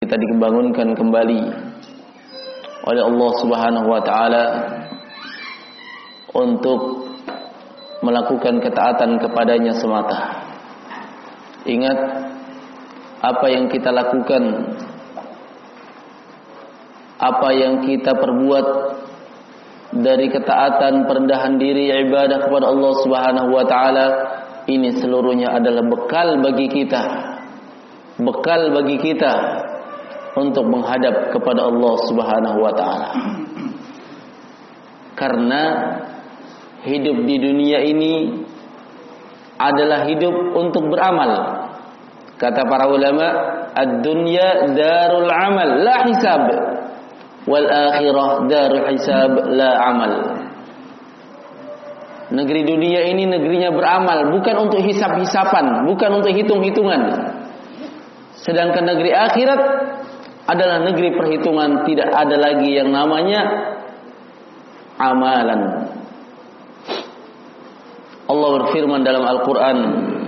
kita dibangunkan kembali oleh Allah Subhanahu wa taala untuk melakukan ketaatan kepadanya semata. Ingat apa yang kita lakukan, apa yang kita perbuat dari ketaatan, perendahan diri, ibadah kepada Allah Subhanahu wa taala, ini seluruhnya adalah bekal bagi kita. Bekal bagi kita untuk menghadap kepada Allah Subhanahu wa taala. Karena hidup di dunia ini adalah hidup untuk beramal. Kata para ulama, ad-dunya darul amal la hisab, wal akhirah darul hisab la amal. Negeri dunia ini negerinya beramal, bukan untuk hisab-hisapan, bukan untuk hitung-hitungan. Sedangkan negeri akhirat adalah negeri perhitungan, tidak ada lagi yang namanya amalan. Allah berfirman dalam Al-Quran,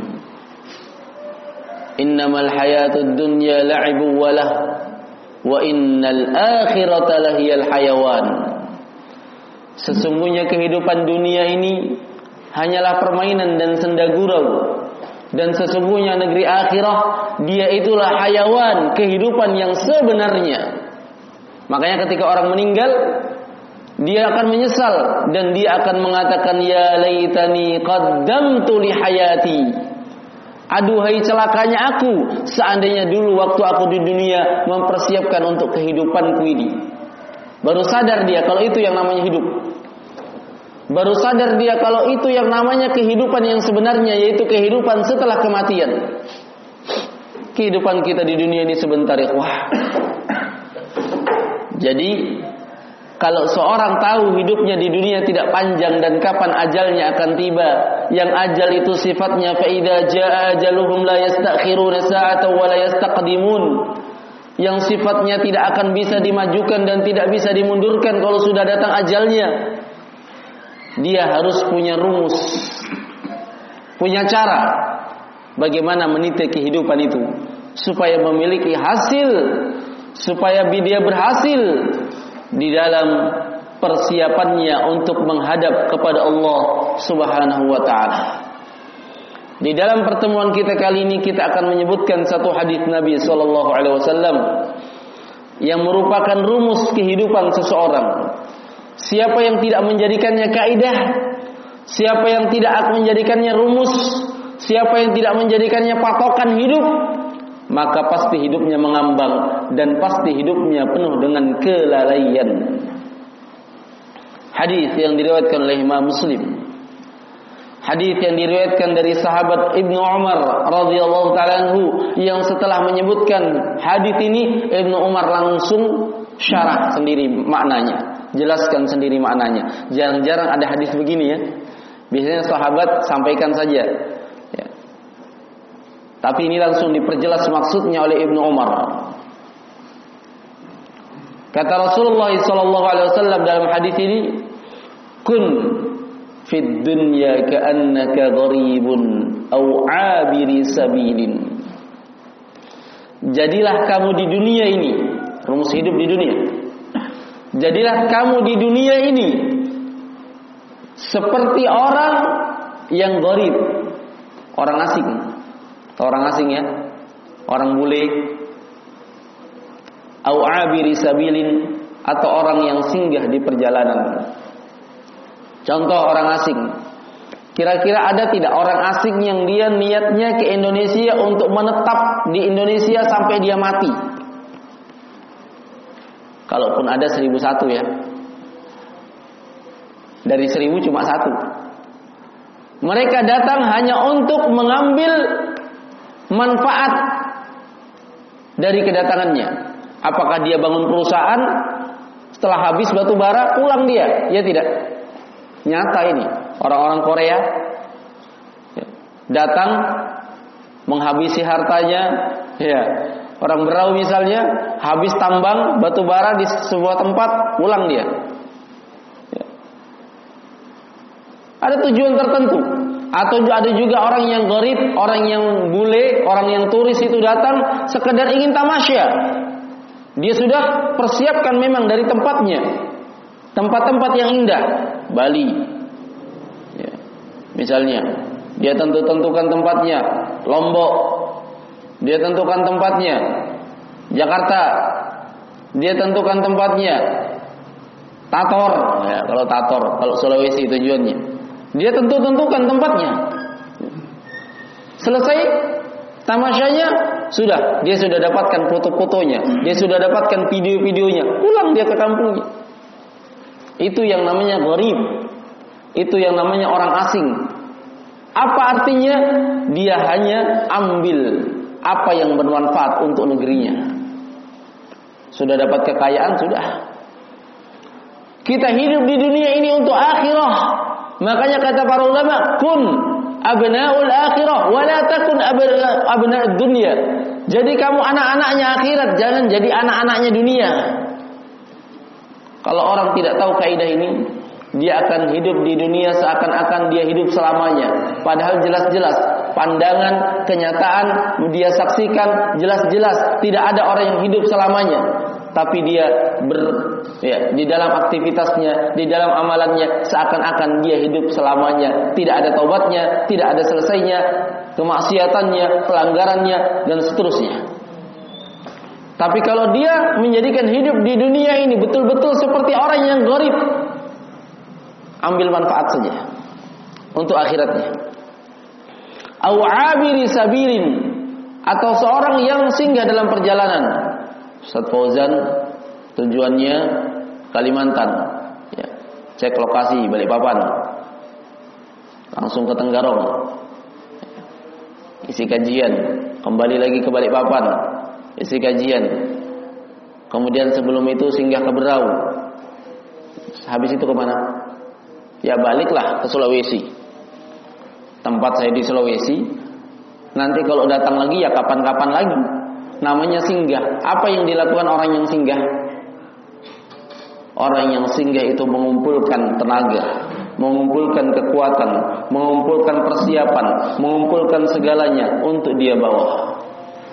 innamal hayatud dunya la'ibu walah wa innal akhirata lahiyal hayawan. Sesungguhnya kehidupan dunia ini hanyalah permainan dan senda gurau, dan sesungguhnya negeri akhirah dia itulah hayawan, kehidupan yang sebenarnya. Makanya ketika orang meninggal, dia akan menyesal dan dia akan mengatakan, ya laitani qaddamtu li hayati. Aduhai celakanya aku, seandainya dulu waktu aku di dunia mempersiapkan untuk kehidupanku ini. Baru sadar dia kalau itu yang namanya hidup. Baru sadar dia kalau itu yang namanya kehidupan yang sebenarnya, yaitu kehidupan setelah kematian. Kehidupan kita di dunia ini sebentar, ikhwah. Jadi kalau seorang tahu hidupnya di dunia tidak panjang dan kapan ajalnya akan tiba, yang ajal itu sifatnya fa idza jaa ajaluhum la yastakhiruna sa'atan wa la yastaqdimun, yang sifatnya tidak akan bisa dimajukan dan tidak bisa dimundurkan kalau sudah datang ajalnya. Dia harus punya rumus, punya cara bagaimana meniti kehidupan itu supaya memiliki hasil, supaya dia berhasil di dalam persiapannya untuk menghadap kepada Allah Subhanahu wa taala. Di dalam pertemuan kita kali ini kita akan menyebutkan satu hadis Nabi sallallahu alaihi wasallam yang merupakan rumus kehidupan seseorang. Siapa yang tidak menjadikannya kaidah, siapa yang tidak menjadikannya rumus, siapa yang tidak menjadikannya patokan hidup, maka pasti hidupnya mengambang dan pasti hidupnya penuh dengan kelalaian. Hadis yang diriwayatkan oleh Imam Muslim. Hadis yang diriwayatkan dari sahabat Ibnu Umar radhiyallahu taala anhu, yang setelah menyebutkan hadis ini Ibnu Umar langsung syarah sendiri maknanya, jelaskan sendiri maknanya. Jarang-jarang ada hadis begini ya. Biasanya sahabat sampaikan saja. Ya. Tapi ini langsung diperjelas maksudnya oleh Ibnu Umar. Kata Rasulullah sallallahu alaihi wasallam dalam hadis ini, kun fid dunya ka'annaka gharibun aw 'abiri sabilin. Jadilah kamu di dunia ini, rumus hidup di dunia. Jadilah kamu di dunia ini seperti orang yang gharib, orang asing. Orang asing ya, orang bule, au abiri sabilin, atau orang yang singgah di perjalanan. Contoh orang asing. Kira-kira ada tidak orang asing yang dia niatnya ke Indonesia untuk menetap di Indonesia sampai dia mati? Kalaupun ada 1001 ya. Dari 1000 cuma 1. Mereka datang hanya untuk mengambil manfaat dari kedatangannya. Apakah dia bangun perusahaan, setelah habis batu bara pulang dia? Ya tidak. Nyata ini orang-orang Korea datang menghabisi hartanya, ya. Orang Berau misalnya habis tambang batu bara di sebuah tempat, pulang dia. Ya. Ada tujuan tertentu. Atau ada juga orang yang gharib, orang yang bule, orang yang turis itu datang sekedar ingin tamasya, Dia sudah persiapkan memang dari tempatnya, tempat-tempat yang indah, Bali, ya. Misalnya, dia tentukan tempatnya, Lombok, dia tentukan tempatnya, Jakarta, dia tentukan tempatnya, Tator, ya, kalau Sulawesi tujuannya, dia tentukan tempatnya. Selesai tamasyanya, dia sudah dapatkan foto-fotonya, dia sudah dapatkan video-videonya, pulang dia ke kampungnya. Itu yang namanya gharib, itu yang namanya orang asing. Apa artinya? Dia hanya ambil apa yang bermanfaat untuk negerinya. Sudah dapat kekayaan, sudah. Kita hidup di dunia ini untuk akhirah. Makanya kata para ulama, kun abnaul akhirah wa la takun abna'ud dunya. Jadi kamu anak-anaknya akhirat, jangan jadi anak-anaknya dunia. Kalau orang tidak tahu kaidah ini, dia akan hidup di dunia seakan-akan dia hidup selamanya. Padahal jelas-jelas pandangan, kenyataan dia saksikan jelas-jelas tidak ada orang yang hidup selamanya. Tapi dia di dalam aktivitasnya, di dalam amalannya seakan-akan dia hidup selamanya. Tidak ada taubatnya, tidak ada selesainya, kemaksiatannya, pelanggarannya dan seterusnya. Tapi kalau dia menjadikan hidup di dunia ini betul-betul seperti orang yang gharib, ambil manfaat saja untuk akhiratnya. Au 'abiri sabilin, atau seorang yang singgah dalam perjalanan. Ustaz Fauzan tujuannya Kalimantan, ya, cek lokasi Balikpapan, langsung ke Tenggarong, isi kajian, kembali lagi ke Balikpapan, isi kajian, kemudian sebelum itu singgah ke Berau, habis itu kemana? Ya baliklah ke Sulawesi, tempat saya di Sulawesi. Nanti kalau datang lagi ya kapan-kapan lagi. Namanya singgah. Apa yang dilakukan orang yang singgah? Orang yang singgah itu mengumpulkan tenaga, mengumpulkan kekuatan, mengumpulkan persiapan, mengumpulkan segalanya untuk dia bawa.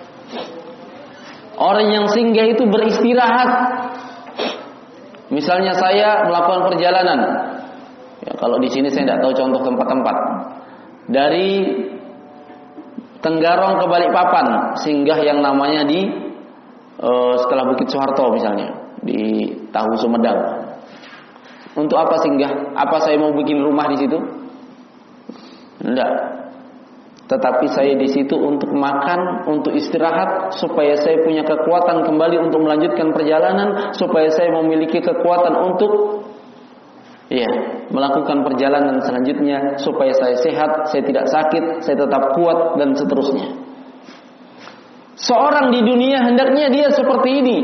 Orang yang singgah itu beristirahat. Misalnya saya melakukan perjalanan, ya, kalau di sini saya tidak tahu contoh tempat-tempat, dari Tenggarong ke Balikpapan, singgah yang namanya di setelah Bukit Soeharto misalnya, di Tahu Sumedang. Untuk apa singgah? Apa saya mau bikin rumah di situ? Tidak. Tetapi saya di situ untuk makan, untuk istirahat, supaya saya punya kekuatan kembali untuk melanjutkan perjalanan, supaya saya memiliki kekuatan untuk melakukan perjalanan selanjutnya, supaya saya sehat, saya tidak sakit, saya tetap kuat dan seterusnya. Seorang di dunia hendaknya dia seperti ini.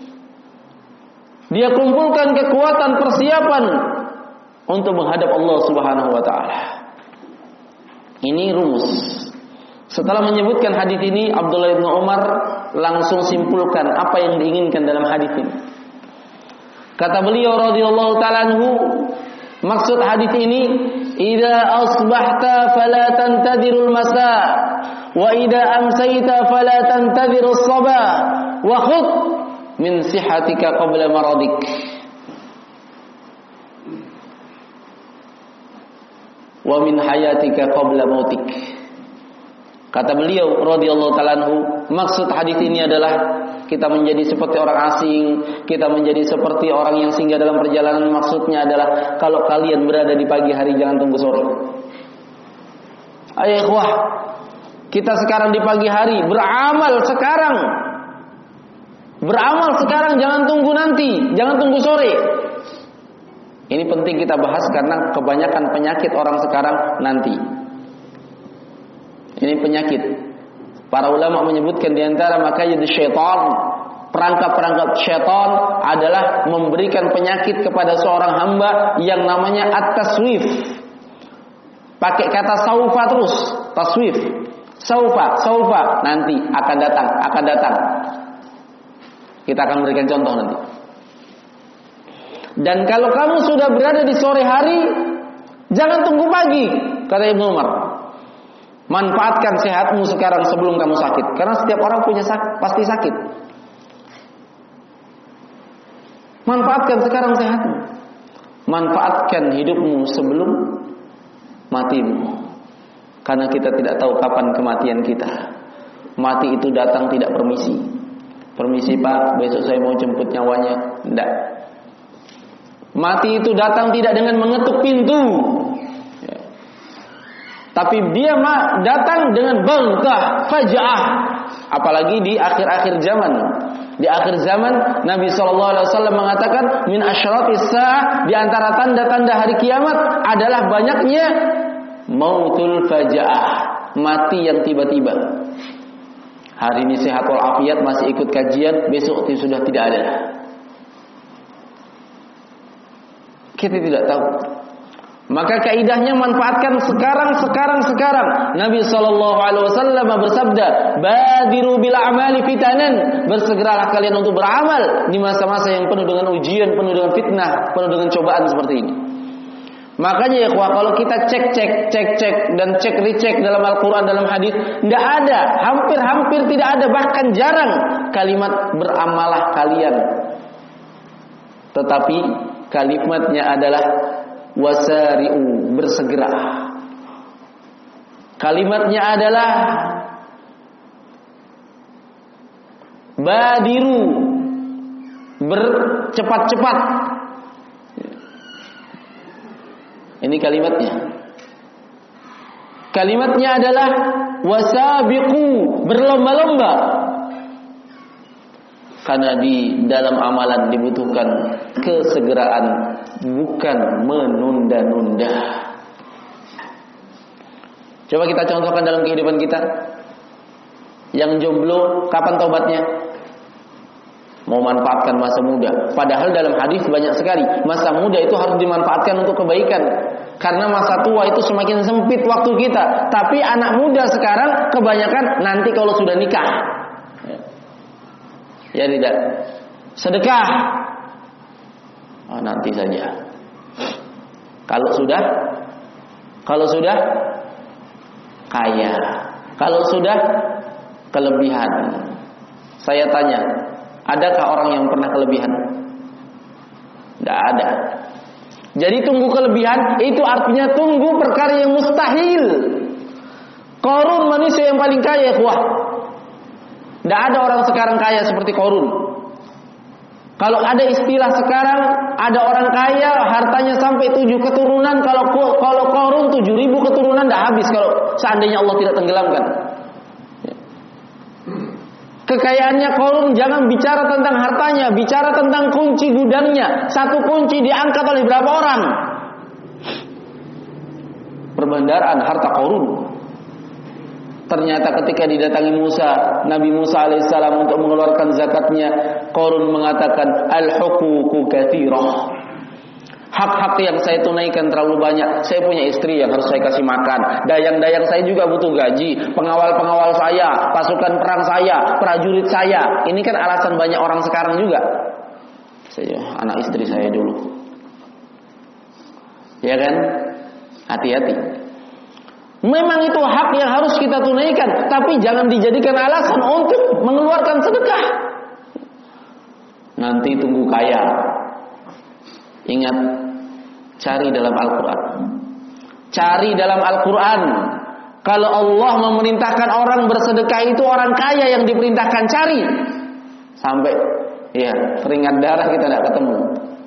Dia kumpulkan kekuatan persiapan untuk menghadap Allah Subhanahu wa taala. Ini rumus. Setelah menyebutkan hadis ini, Abdullah bin Umar langsung simpulkan apa yang diinginkan dalam hadis ini. Kata beliau radhiyallahu ta'ala anhu, maksud hadis ini, idza asbahta fala tantadirul masa wa idza amsayta fala tantadirus sabah wa khudh min sihatika qabla maradik. Wa min hayatika qabla mautik. Kata beliau radhiyallahu ta'ala anhu, maksud hadis ini adalah kita menjadi seperti orang asing, kita menjadi seperti orang yang singgah dalam perjalanan. Maksudnya adalah kalau kalian berada di pagi hari jangan tunggu sore. Ayo ikhwah, kita sekarang di pagi hari beramal sekarang. Beramal sekarang, jangan tunggu nanti, jangan tunggu sore. Ini penting kita bahas karena kebanyakan penyakit orang sekarang nanti. Ini penyakit. Para ulama menyebutkan di antara makayid syaitan, perangkap-perangkap syaitan adalah memberikan penyakit kepada seorang hamba yang namanya at-taswif. Pakai kata saufa terus, taswif. Saufa, nanti akan datang. Kita akan berikan contoh nanti. Dan kalau kamu sudah berada di sore hari, jangan tunggu pagi, kata Ibnu Umar. Manfaatkan sehatmu sekarang sebelum kamu sakit. Karena setiap orang punya pasti sakit. Manfaatkan sekarang sehatmu. Manfaatkan hidupmu sebelum matimu. Karena kita tidak tahu kapan kematian kita. Mati itu datang tidak permisi. Permisi Pak, besok saya mau jemput nyawanya. Tidak. Mati itu datang tidak dengan mengetuk pintu. Tapi dia datang dengan baghtah, faja'ah. Apalagi di akhir-akhir zaman. Di akhir zaman Nabi SAW mengatakan min asyratis sa'ah, di antara tanda-tanda hari kiamat adalah banyaknya mautul faja'ah, mati yang tiba-tiba. Hari ini sehat walafiat masih ikut kajian, besok sudah tidak ada. Kita tidak tahu. Maka kaidahnya manfaatkan sekarang. Nabi SAW bersabda, "Badiru bil a'mali fitanan." Bersegeralah kalian untuk beramal di masa-masa yang penuh dengan ujian, penuh dengan fitnah, penuh dengan cobaan seperti ini. Makanya ya kalau kita cek dan cek recheck dalam Al-Quran, dalam hadis, tidak ada, hampir tidak ada, bahkan jarang kalimat beramalah kalian. Tetapi kalimatnya adalah wasari'u, bersegera. Kalimatnya adalah badiru, bercepat-cepat. Ini kalimatnya. Kalimatnya adalah wasabiqu, berlomba-lomba. Karena di dalam amalan dibutuhkan kesegeraan, bukan menunda-nunda. Coba kita contohkan dalam kehidupan kita. Yang jomblo, kapan tobatnya? Mau manfaatkan masa muda. Padahal dalam hadis banyak sekali, masa muda itu harus dimanfaatkan untuk kebaikan. Karena masa tua itu semakin sempit waktu kita. Tapi anak muda sekarang kebanyakan nanti kalau sudah nikah. Ya tidak. Sedekah. Oh, nanti saja. Kalau sudah kaya. Kalau sudah kelebihan. Saya tanya, adakah orang yang pernah kelebihan? Tidak ada. Jadi tunggu kelebihan itu artinya tunggu perkara yang mustahil. Qarun manusia yang paling kaya, wah. Tidak ada orang sekarang kaya seperti Qarun. Kalau ada istilah sekarang, ada orang kaya hartanya sampai 7 keturunan. Kalau Qarun 7.000 keturunan tidak habis kalau seandainya Allah tidak tenggelamkan. Kekayaannya Qarun, jangan bicara tentang hartanya, bicara tentang kunci gudangnya. Satu kunci diangkat oleh berapa orang? Perbendaharaan harta Qarun. Ternyata ketika didatangi Nabi Musa alaihissalam untuk mengeluarkan zakatnya, Qarun mengatakan al-huququ katsirah. Hak-hak yang saya tunaikan terlalu banyak. Saya punya istri yang harus saya kasih makan. Dayang-dayang saya juga butuh gaji. Pengawal-pengawal saya, pasukan perang saya, prajurit saya. Ini kan alasan banyak orang sekarang juga. Saya anak istri saya dulu. Ya kan? Hati-hati. Memang itu hak yang harus kita tunaikan, tapi jangan dijadikan alasan untuk mengeluarkan sedekah. Nanti tunggu kaya. Ingat, cari dalam Al-Quran. Cari dalam Al-Quran. Kalau Allah memerintahkan orang bersedekah, itu orang kaya yang diperintahkan cari. Sampai keringat darah kita tidak ketemu.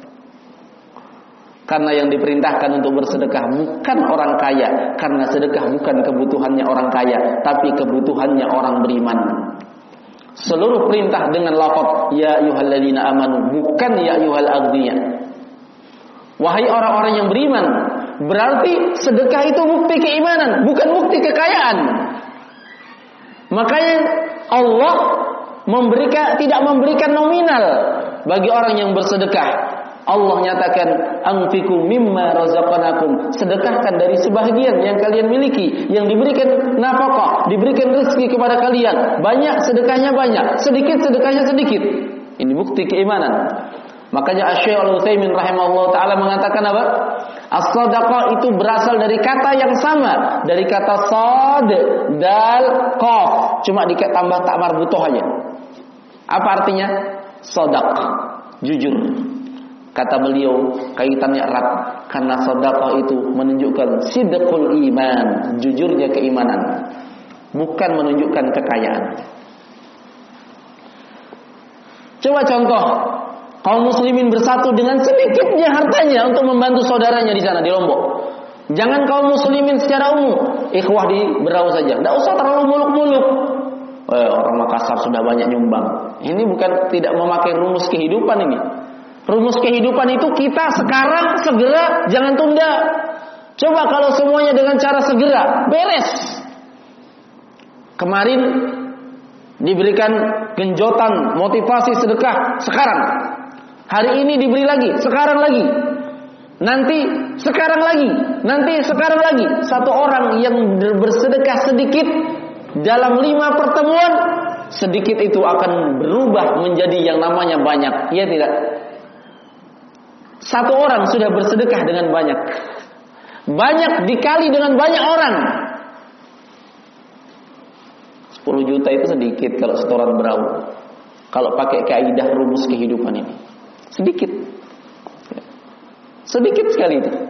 Karena yang diperintahkan untuk bersedekah bukan orang kaya. Karena sedekah bukan kebutuhannya orang kaya, tapi kebutuhannya orang beriman. Seluruh perintah dengan lafaz ya ayyuhalladzina amanu, bukan ya ayyuhal aghniya. Wahai orang-orang yang beriman. Berarti sedekah itu bukti keimanan, bukan bukti kekayaan. Makanya Allah tidak memberikan nominal bagi orang yang bersedekah. Allah nyatakan anfiqu mimma razaqnakum, sedekahkan dari sebahagian yang kalian miliki, yang diberikan nafkah, diberikan rezeki kepada kalian. Banyak sedekahnya banyak, sedikit sedekahnya sedikit. Ini bukti keimanan. Makanya Asy-Syaikh Al-Utsaimin rahimahullah taala mengatakan apa? As-shadaqah itu berasal dari kata yang sama, dari kata sad, dal, qaf, cuma ditambah tak marbutoh aja. Apa artinya? Shadaq, jujur. Kata beliau, kaitannya erat karena sedekah itu menunjukkan sidqul iman, jujurnya keimanan, bukan menunjukkan kekayaan. Coba contoh, kaum muslimin bersatu dengan sedikitnya hartanya untuk membantu saudaranya di sana di Lombok. Jangan kaum muslimin secara umum, ikhwah di Berau saja, tidak usah terlalu muluk-muluk. Orang Makassar sudah banyak nyumbang. Ini bukan tidak memakai rumus kehidupan ini. Rumus kehidupan itu kita sekarang segera, jangan tunda. Coba kalau semuanya dengan cara segera, beres. Kemarin diberikan genjotan motivasi sedekah sekarang. Hari ini diberi lagi, sekarang lagi. Nanti sekarang lagi, nanti sekarang lagi. Satu orang yang bersedekah sedikit dalam 5 pertemuan, sedikit itu akan berubah menjadi yang namanya banyak. Iya tidak? Satu orang sudah bersedekah dengan banyak. Banyak dikali dengan banyak orang. 10 juta itu sedikit kalau setoran Berau. Kalau pakai kaidah rumus kehidupan ini. Sedikit. Sedikit sekali itu.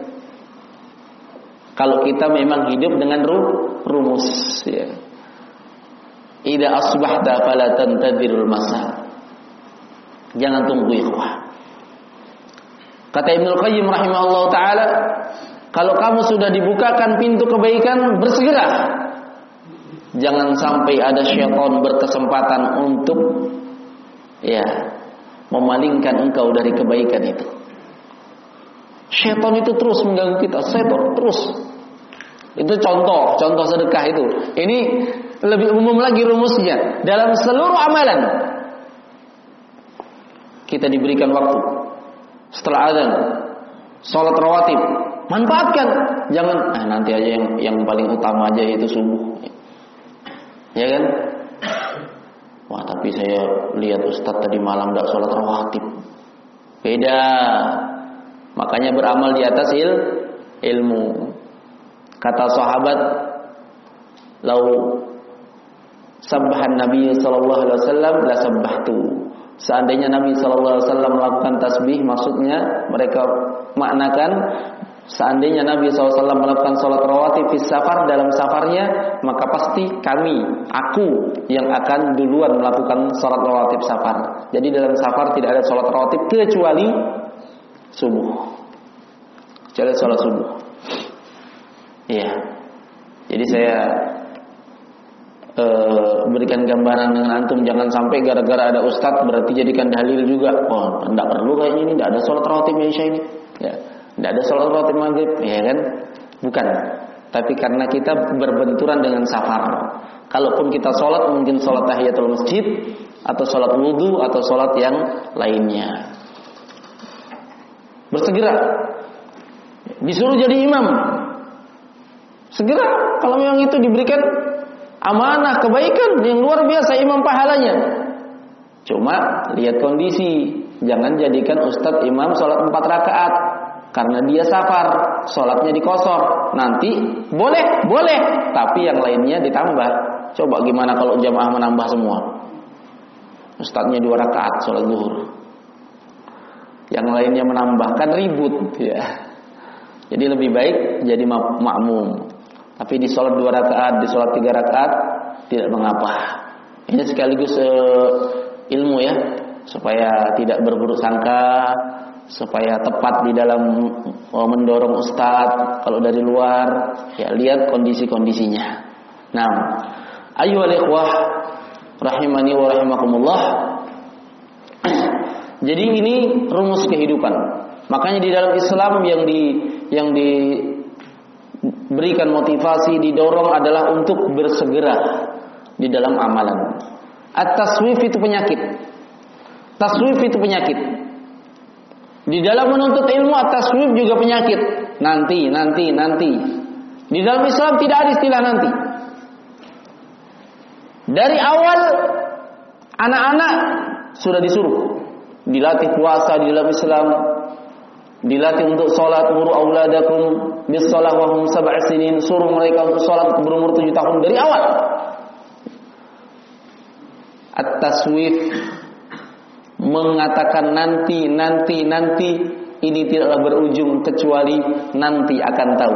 Kalau kita memang hidup dengan rumus, ya. Idza asbahta fala tantadhirul masa. Jangan tunggu ikhwah. Kata Ibnu Qayyim rahimahullah taala, kalau kamu sudah dibukakan pintu kebaikan, bersegera. Jangan sampai ada syaitan berkesempatan untuk memalingkan engkau dari kebaikan itu. Syaitan itu terus mengganggu kita, syaitan terus. Itu contoh sedekah itu. Ini lebih umum lagi rumusnya. Dalam seluruh amalan kita diberikan waktu. Setelah azan, sholat rawatib, manfaatkan. Jangan nanti aja yang paling utama aja yaitu subuh. Ya kan? Wah, tapi saya lihat Ustaz tadi malam enggak sholat rawatib. Beda. Makanya beramal di atas ilmu. Kata sahabat, "Lau sabbahan Nabi sallallahu alaihi wasallam la sabbahtu." Seandainya Nabi sallallahu alaihi wasallam melakukan tasbih, maksudnya mereka maknakan seandainya Nabi sallallahu alaihi wasallam melakukan salat rawatib di safar, dalam safarnya, maka pasti aku yang akan duluan melakukan salat rawatib safar. Jadi dalam safar tidak ada salat rawatib kecuali subuh. Kecuali salat subuh. Iya. Jadi saya berikan gambaran dengan antum, jangan sampai gara-gara ada ustaz berarti jadikan dalil juga. Oh, enggak perlu kayaknya ini, enggak ada salat rawatib Isya ini. Ya, enggak ada salat rawatib maghrib, ya kan? Bukan. Tapi karena kita berbenturan dengan safar. Kalaupun kita salat, mungkin salat tahiyatul masjid atau salat wudu atau salat yang lainnya. Bersegera. Disuruh jadi imam. Segera kalau memang itu diberikan amanah kebaikan yang luar biasa, imam pahalanya. Cuma lihat kondisi, jangan jadikan ustadz imam sholat 4 rakaat karena dia safar, sholatnya dikosor. Nanti boleh, tapi yang lainnya ditambah. Coba gimana kalau jamaah menambah semua? Ustadznya 2 rakaat sholat zuhur, yang lainnya menambahkan ribut, ya. Jadi lebih baik jadi makmum. Tapi di sholat 2 rakaat, di sholat 3 rakaat tidak mengapa. Ini sekaligus ilmu ya, supaya tidak berburuk sangka, supaya tepat di dalam mendorong ustadz. Kalau dari luar, ya lihat kondisi-kondisinya. Nah, ayyuhal ikhwah rahimani wa rahimakumullah. Jadi ini rumus kehidupan. Makanya di dalam Islam yang diberikan motivasi, didorong adalah untuk bersegera di dalam amalan. At-taswif itu penyakit. Taswif itu penyakit. Di dalam menuntut ilmu, at-taswif juga penyakit. Nanti. Di dalam Islam tidak ada istilah nanti. Dari awal anak-anak sudah disuruh dilatih puasa di dalam Islam, dilatih untuk sholat. Muru auladakum bis sholah wa hum 7 sinin. Suruh mereka untuk sholat berumur 7 tahun dari awal. At-taswif mengatakan nanti, ini tidaklah berujung kecuali nanti akan tahu.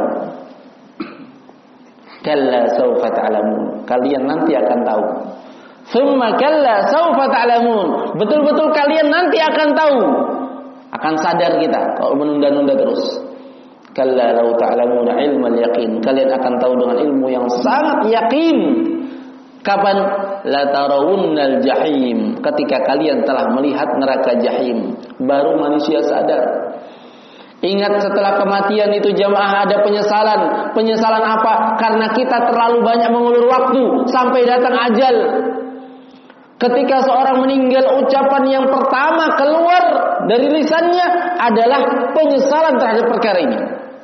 Kalla saufa ta'lamun, kalian nanti akan tahu. Tsumma kalla saufa ta'lamun, betul-betul kalian nanti akan tahu. Akan sadar kita kalau menunda-nunda terus. Kalla law ta'lamuna ilmal yaqin, kalian akan tahu dengan ilmu yang sangat yakin. Kapan? La tarawunnal jahim, ketika kalian telah melihat neraka jahim, baru manusia sadar. Ingat, setelah kematian itu jamaah ada penyesalan. Penyesalan apa? Karena kita terlalu banyak mengulur waktu sampai datang ajal. Ketika seorang meninggal, ucapan yang pertama keluar dari lisannya adalah penyesalan terhadap perkara ini.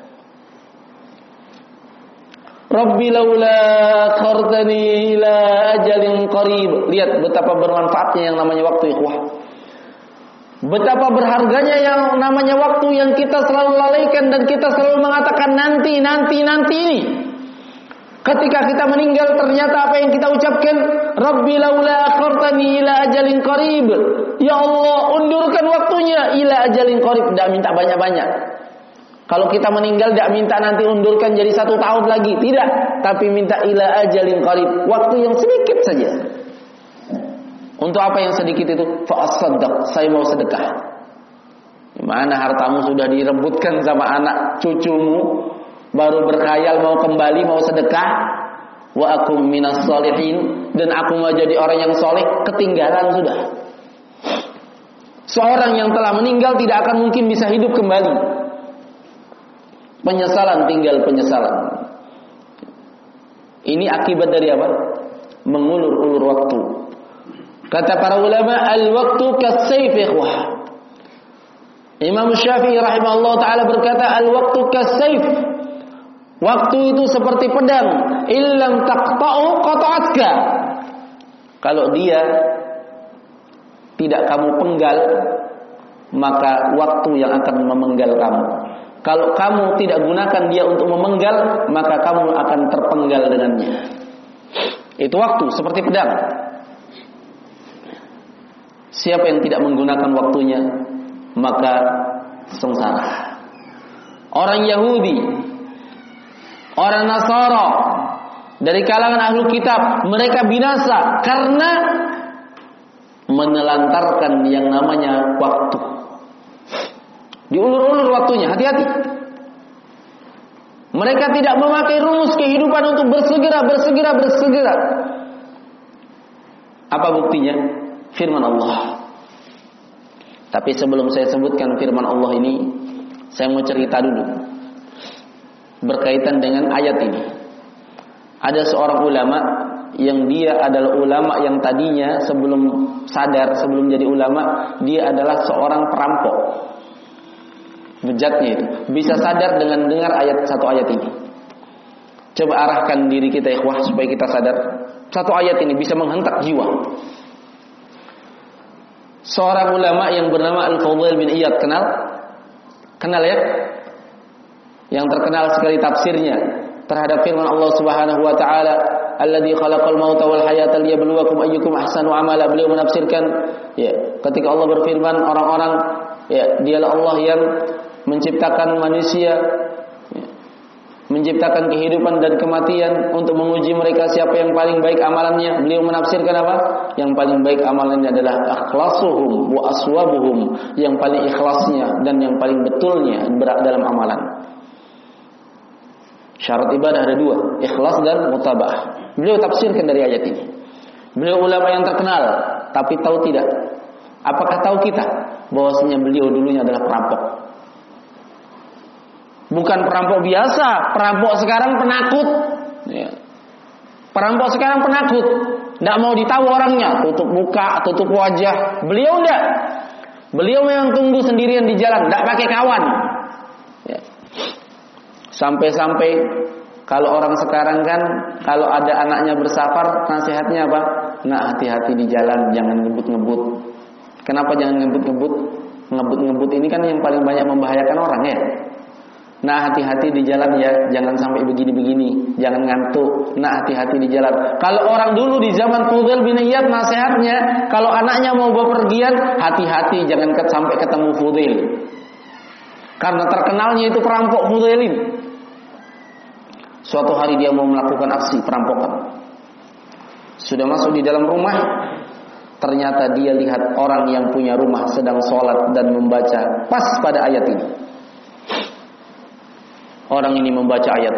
Rabbi laula akhartani ila ajalin qarib. Lihat betapa bermanfaatnya yang namanya waktu, ikhwah. Betapa berharganya yang namanya waktu yang kita selalu lalaikan dan kita selalu mengatakan nanti ini. Ketika kita meninggal, ternyata apa yang kita ucapkan? Rabbi laula akhartani ila ajalin qarib. Ya Allah, undurkan waktunya ila ajalin qarib. Tidak minta banyak-banyak. Kalau kita meninggal tidak minta nanti undurkan jadi 1 tahun lagi, tidak. Tapi minta ila ajalin qarib, waktu yang sedikit saja. Untuk apa yang sedikit itu? Fa'asaddaq, saya mau sedekah. Dimana hartamu sudah direbutkan sama anak cucumu, baru berkhayal mau kembali, mau sedekah. Wa akum minas sholihin, dan aku mau jadi orang yang soleh, ketinggalan sudah. Seorang yang telah meninggal tidak akan mungkin bisa hidup kembali. Penyesalan, tinggal penyesalan. Ini akibat dari apa? Mengulur-ulur waktu. Kata para ulama, al-waktu kas-sayf, ikhwah. Imam Syafi'i rahimahullah ta'ala berkata, al-waktu kas-sayf. Waktu itu seperti pedang. Illam taqta'u qata'atka. Kalau dia tidak kamu penggal, maka waktu yang akan memenggal kamu. Kalau kamu tidak gunakan dia untuk memenggal, maka kamu akan terpenggal dengannya. Itu waktu seperti pedang. Siapa yang tidak menggunakan waktunya, maka sengsara. Orang Yahudi, orang Nasara, dari kalangan ahlu kitab, mereka binasa karena menelantarkan yang namanya waktu. Diulur-ulur waktunya, hati-hati. Mereka tidak memakai rumus kehidupan untuk bersegera. Apa buktinya? Firman Allah. Tapi sebelum saya sebutkan firman Allah ini, saya mau cerita dulu berkaitan dengan ayat ini. Ada seorang ulama yang dia adalah ulama yang tadinya sebelum sadar, sebelum jadi ulama, dia adalah seorang perampok. Bejatnya itu bisa sadar dengan dengar satu ayat ini. Coba arahkan diri kita, ikhwah, supaya kita sadar. Satu ayat ini bisa menghentak jiwa. Seorang ulama yang bernama Al-Fudail bin Iyad, kenal ya? Yang terkenal sekali tafsirnya terhadap firman Allah Subhanahu wa taala, alladzi khalaqal mauta wal hayata liyabluwakum ayyukum ahsanu amala. Beliau menafsirkan, ya, ketika Allah berfirman, orang-orang, ya, dialah Allah yang menciptakan manusia, ya, menciptakan kehidupan dan kematian untuk menguji mereka siapa yang paling baik amalannya. Beliau menafsirkan apa? Yang paling baik amalannya adalah akhlasuhum wa aswabuhum, yang paling ikhlasnya dan yang paling betulnya dalam amalan. Syarat ibadah ada 2, ikhlas dan mutaba'ah. Beliau tafsirkan dari ayat ini. Beliau ulama yang terkenal, tapi tahu tidak? Apakah tahu kita bahwasanya beliau dulunya adalah perampok? Bukan perampok biasa, perampok sekarang penakut. Ya. Perampok sekarang penakut, tidak mau ditahu orangnya, tutup muka, tutup wajah. Beliau tidak. Beliau memang tunggu sendirian di jalan, tidak pakai kawan. Ya. Sampai-sampai kalau orang sekarang kan, kalau ada anaknya bersafar, nasihatnya apa? Nak, hati-hati di jalan, jangan ngebut-ngebut. Kenapa jangan ngebut-ngebut? Ngebut-ngebut ini kan yang paling banyak membahayakan orang, ya. Nah, hati-hati di jalan ya, jangan sampai begini-begini, jangan ngantuk. Nah, hati-hati di jalan. Kalau orang dulu di zaman Fudail bin Iyad nasihatnya, kalau anaknya mau bepergian, hati-hati jangan sampai ketemu Fudail. Karena terkenalnya itu perampok Fudailin. Suatu hari dia mau melakukan aksi perampokan. Sudah masuk di dalam rumah, ternyata dia lihat orang yang punya rumah sedang sholat dan membaca pas pada ayat ini. Orang ini membaca ayat,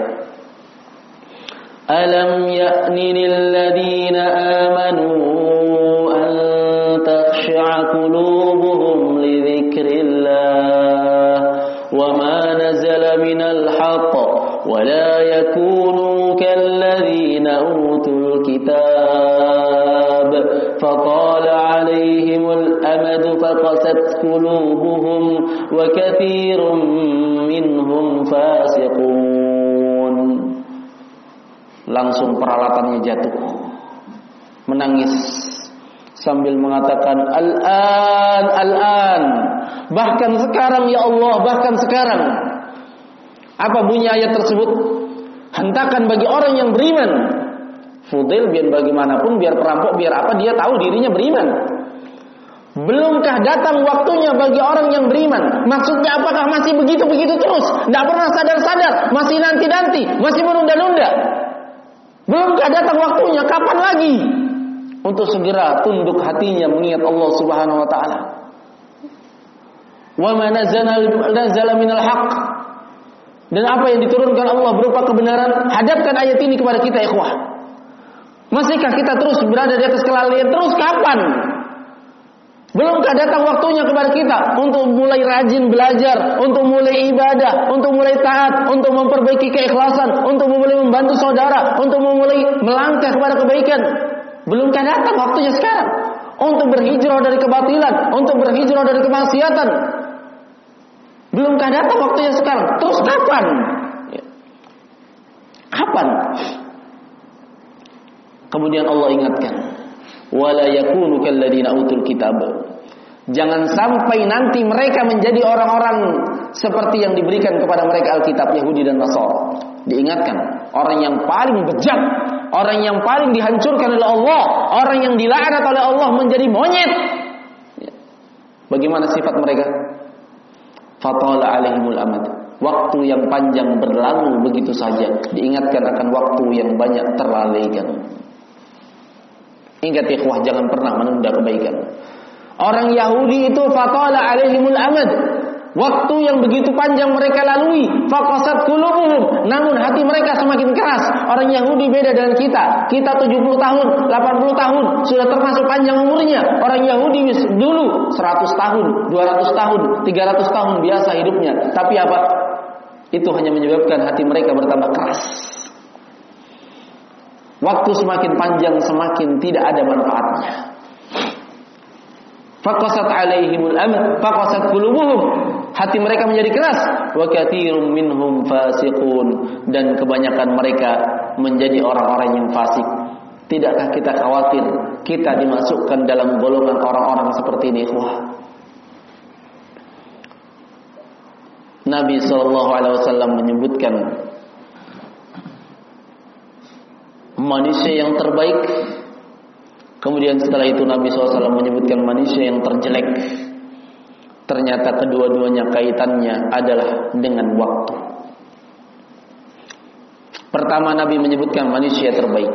Alam ya'ni lilladina amanu an takhsha'a qulubuhum li dzikrillah wa ma nazala minal haqq wa la yakunu kalladzina utul kitab fatala 'alaihimul amadu faqasat qulubuhum wa katsirun minhum fasiqun. Langsung peralatannya jatuh, menangis sambil mengatakan al-an, bahkan sekarang ya Allah, bahkan sekarang. Apa bunyi ayat tersebut? Hentakan bagi orang yang beriman. Fudail biar bagaimanapun, biar perampok, biar apa, dia tahu dirinya beriman. Belumkah datang waktunya bagi orang yang beriman? Maksudnya apakah masih begitu-begitu terus? Tidak pernah sadar-sadar, masih nanti-nanti, masih menunda-nunda. Belumkah datang waktunya? Kapan lagi? Untuk segera tunduk hatinya mengingat Allah Subhanahu wa taala. Wa ma nazala minal haqq. Dan apa yang diturunkan Allah berupa kebenaran, hadapkan ayat ini kepada kita, ikhwah. Masihkah kita terus berada di atas kelalaian? Terus kapan? Belumkah datang waktunya kepada kita untuk mulai rajin belajar, untuk mulai ibadah, untuk mulai taat, untuk memperbaiki keikhlasan, untuk mulai membantu saudara, untuk mulai melangkah kepada kebaikan? Belumkah datang waktunya sekarang untuk berhijrah dari kebatilan, untuk berhijrah dari kemaksiatan? Belumkah datang waktunya sekarang? Terus kapan? Kapan? Kemudian Allah ingatkan, wala yakunu kalladzina utul kitab. Jangan sampai nanti mereka menjadi orang-orang seperti yang diberikan kepada mereka Alkitab, Yahudi dan Nasara. Diingatkan, orang yang paling bejat, orang yang paling dihancurkan oleh Allah, orang yang dilaknat oleh Allah menjadi monyet. Bagaimana sifat mereka? Fatala alaihimul amad. Waktu yang panjang berlalu begitu saja. Diingatkan akan waktu yang banyak terlalaikan. Ingat ikhwah, jangan pernah menunda kebaikan. Orang Yahudi itu fatala alaihimul amad. Waktu yang begitu panjang mereka lalui, faqasat qulubuhum, namun hati mereka semakin keras. Orang Yahudi beda dengan kita. Kita 70 tahun, 80 tahun sudah termasuk panjang umurnya. Orang Yahudi dulu 100 tahun, 200 tahun, 300 tahun biasa hidupnya. Tapi apa? Itu hanya menyebabkan hati mereka bertambah keras. Waktu semakin panjang semakin tidak ada manfaatnya. Faqasat alaihimul amad, faqasat qulubuhum. Hati mereka menjadi keras. Wa katsirun minhum fasiqun, dan kebanyakan mereka menjadi orang-orang yang fasik. Tidakkah kita khawatir kita dimasukkan dalam golongan orang-orang seperti ini, ikhwah? Nabi SAW menyebutkan manusia yang terbaik. Kemudian setelah itu Nabi SAW menyebutkan manusia yang terjelek. Ternyata kedua-duanya kaitannya adalah dengan waktu. Pertama, Nabi menyebutkan manusia terbaik.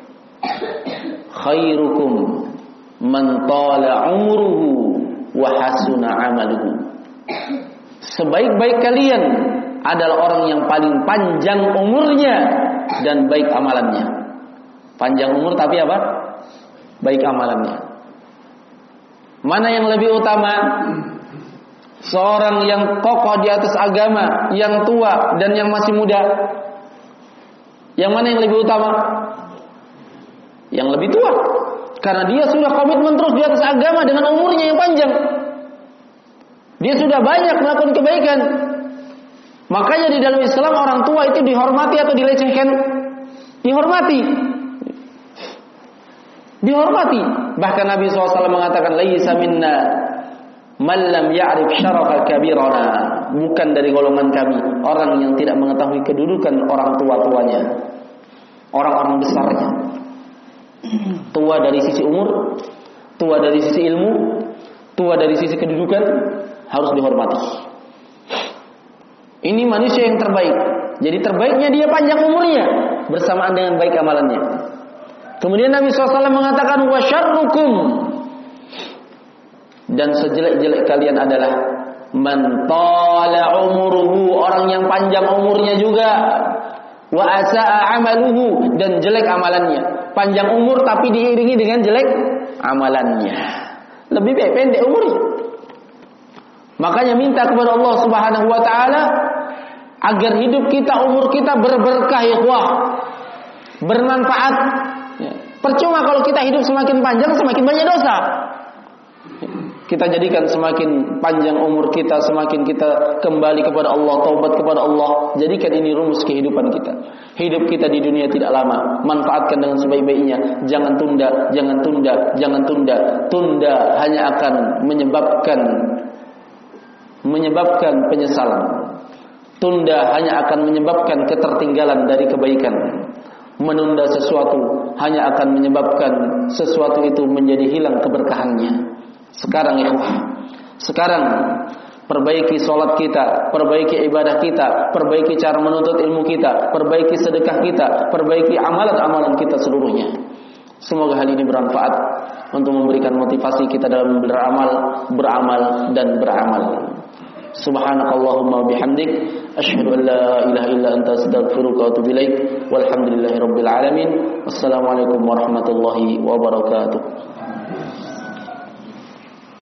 Khairukum man tala umruhu wa hasuna amaluhu. Sebaik-baik kalian adalah orang yang paling panjang umurnya dan baik amalannya. Panjang umur tapi apa? Baik amalannya. Mana yang lebih utama? Seorang yang kokoh di atas agama, yang tua dan yang masih muda. Yang mana yang lebih utama? Yang lebih tua. Karena dia sudah komitmen terus di atas agama dengan umurnya yang panjang. Dia sudah banyak melakukan kebaikan. Makanya di dalam Islam orang tua itu dihormati atau dilecehkan? Dihormati. Dihormati. Bahkan Nabi SAW mengatakan, laisa minna Man lam ya'rif syarafa kabirana, bukan dari golongan kami orang yang tidak mengetahui kedudukan orang tua-tuanya, orang-orang besarnya. Tua dari sisi umur, tua dari sisi ilmu, tua dari sisi kedudukan, harus dihormati. Ini manusia yang terbaik. Jadi terbaiknya dia panjang umurnya bersamaan dengan baik amalannya. Kemudian Nabi SAW mengatakan wa syarrukum, dan sejelek-jelek kalian adalah man tala umuruhu, orang yang panjang umurnya juga, wa asaa amaluhu, dan jelek amalannya. Panjang umur tapi diiringi dengan jelek amalannya. Lebih baik pendek umurnya. Makanya minta kepada Allah Subhanahu wa taala agar hidup kita, umur kita berberkah, ikhwah, bermanfaat. Percuma kalau kita hidup semakin panjang semakin banyak dosa. Kita jadikan semakin panjang umur kita, semakin kita kembali kepada Allah, taubat kepada Allah. Jadikan ini rumus kehidupan kita. Hidup kita di dunia tidak lama, manfaatkan dengan sebaik-baiknya. Jangan tunda, jangan tunda, jangan tunda. Tunda hanya akan menyebabkan penyesalan. Tunda hanya akan menyebabkan ketertinggalan dari kebaikan. Menunda sesuatu hanya akan menyebabkan sesuatu itu menjadi hilang keberkahannya. Sekarang sekarang perbaiki sholat kita, perbaiki ibadah kita, perbaiki cara menuntut ilmu kita, perbaiki sedekah kita, perbaiki amalan-amalan kita seluruhnya. Semoga hal ini bermanfaat untuk memberikan motivasi kita dalam beramal dan beramal. Subhanakallahumma bihamdik, asyhadu an la ilaha illa anta, astaghfiruka wa atubu ilaik. Walhamdulillahirabbil alamin. Wassalamualaikum warahmatullahi wabarakatuh.